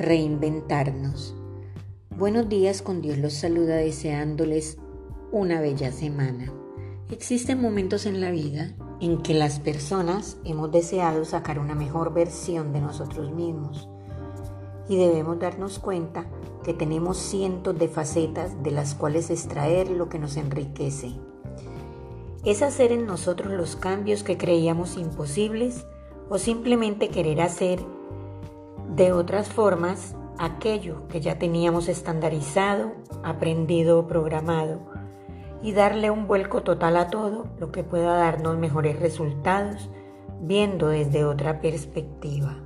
Reinventarnos. Buenos días, con Dios los saluda deseándoles una bella semana. Existen momentos en la vida en que las personas hemos deseado sacar una mejor versión de nosotros mismos y debemos darnos cuenta que tenemos cientos de facetas de las cuales extraer lo que nos enriquece. Es hacer en nosotros los cambios que creíamos imposibles o simplemente querer hacer de otras formas aquello que ya teníamos estandarizado, aprendido o programado y darle un vuelco total a todo lo que pueda darnos mejores resultados viendo desde otra perspectiva.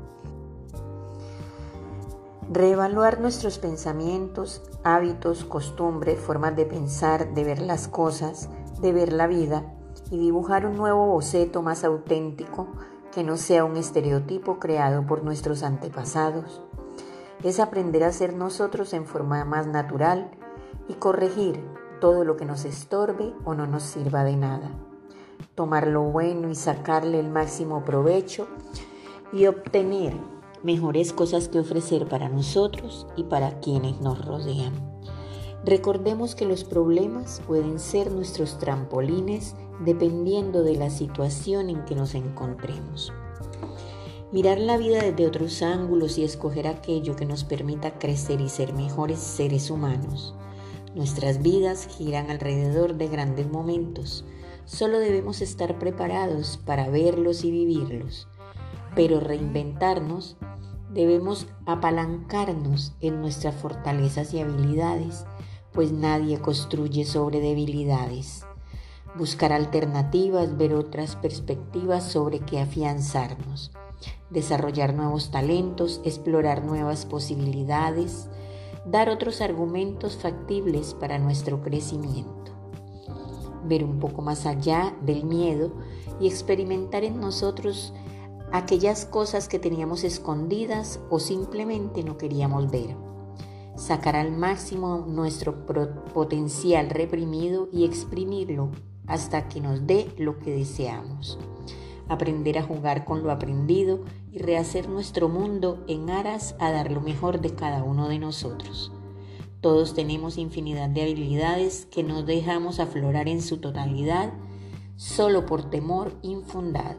Reevaluar nuestros pensamientos, hábitos, costumbres, formas de pensar, de ver las cosas, de ver la vida y dibujar un nuevo boceto más auténtico que no sea un estereotipo creado por nuestros antepasados. Es aprender a ser nosotros en forma más natural y corregir todo lo que nos estorbe o no nos sirva de nada. Tomar lo bueno y sacarle el máximo provecho y obtener mejores cosas que ofrecer para nosotros y para quienes nos rodean. Recordemos que los problemas pueden ser nuestros trampolines dependiendo de la situación en que nos encontremos. Mirar la vida desde otros ángulos y escoger aquello que nos permita crecer y ser mejores seres humanos. Nuestras vidas giran alrededor de grandes momentos. Solo debemos estar preparados para verlos y vivirlos. Pero reinventarnos, debemos apalancarnos en nuestras fortalezas y habilidades, pues nadie construye sobre debilidades. Buscar alternativas, ver otras perspectivas sobre qué afianzarnos. Desarrollar nuevos talentos, explorar nuevas posibilidades, dar otros argumentos factibles para nuestro crecimiento. Ver un poco más allá del miedo y experimentar en nosotros aquellas cosas que teníamos escondidas o simplemente no queríamos ver. Sacar al máximo nuestro potencial reprimido y exprimirlo hasta que nos dé lo que deseamos. Aprender a jugar con lo aprendido y rehacer nuestro mundo en aras a dar lo mejor de cada uno de nosotros. Todos tenemos infinidad de habilidades que no dejamos aflorar en su totalidad solo por temor infundado.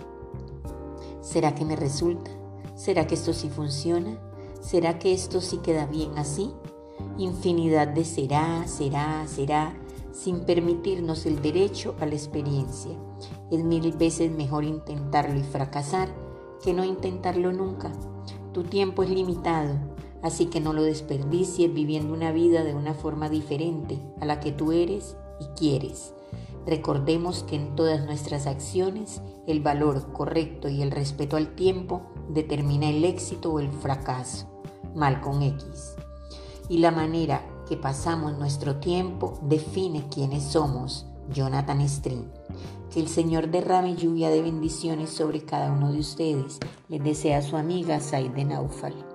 ¿Será que me resulta? ¿Será que esto sí funciona? ¿Será que esto sí queda bien así? Infinidad de será, sin permitirnos el derecho a la experiencia. Es 1000 veces mejor intentarlo y fracasar que no intentarlo nunca. Tu tiempo es limitado, así que no lo desperdicies viviendo una vida de una forma diferente a la que tú eres y quieres. Recordemos que en todas nuestras acciones el valor correcto y el respeto al tiempo determina el éxito o el fracaso, Malcolm X. Y la manera que pasamos nuestro tiempo define quiénes somos, Jonathan String. Que el Señor derrame lluvia de bendiciones sobre cada uno de ustedes. Les desea su amiga Saide Naufal.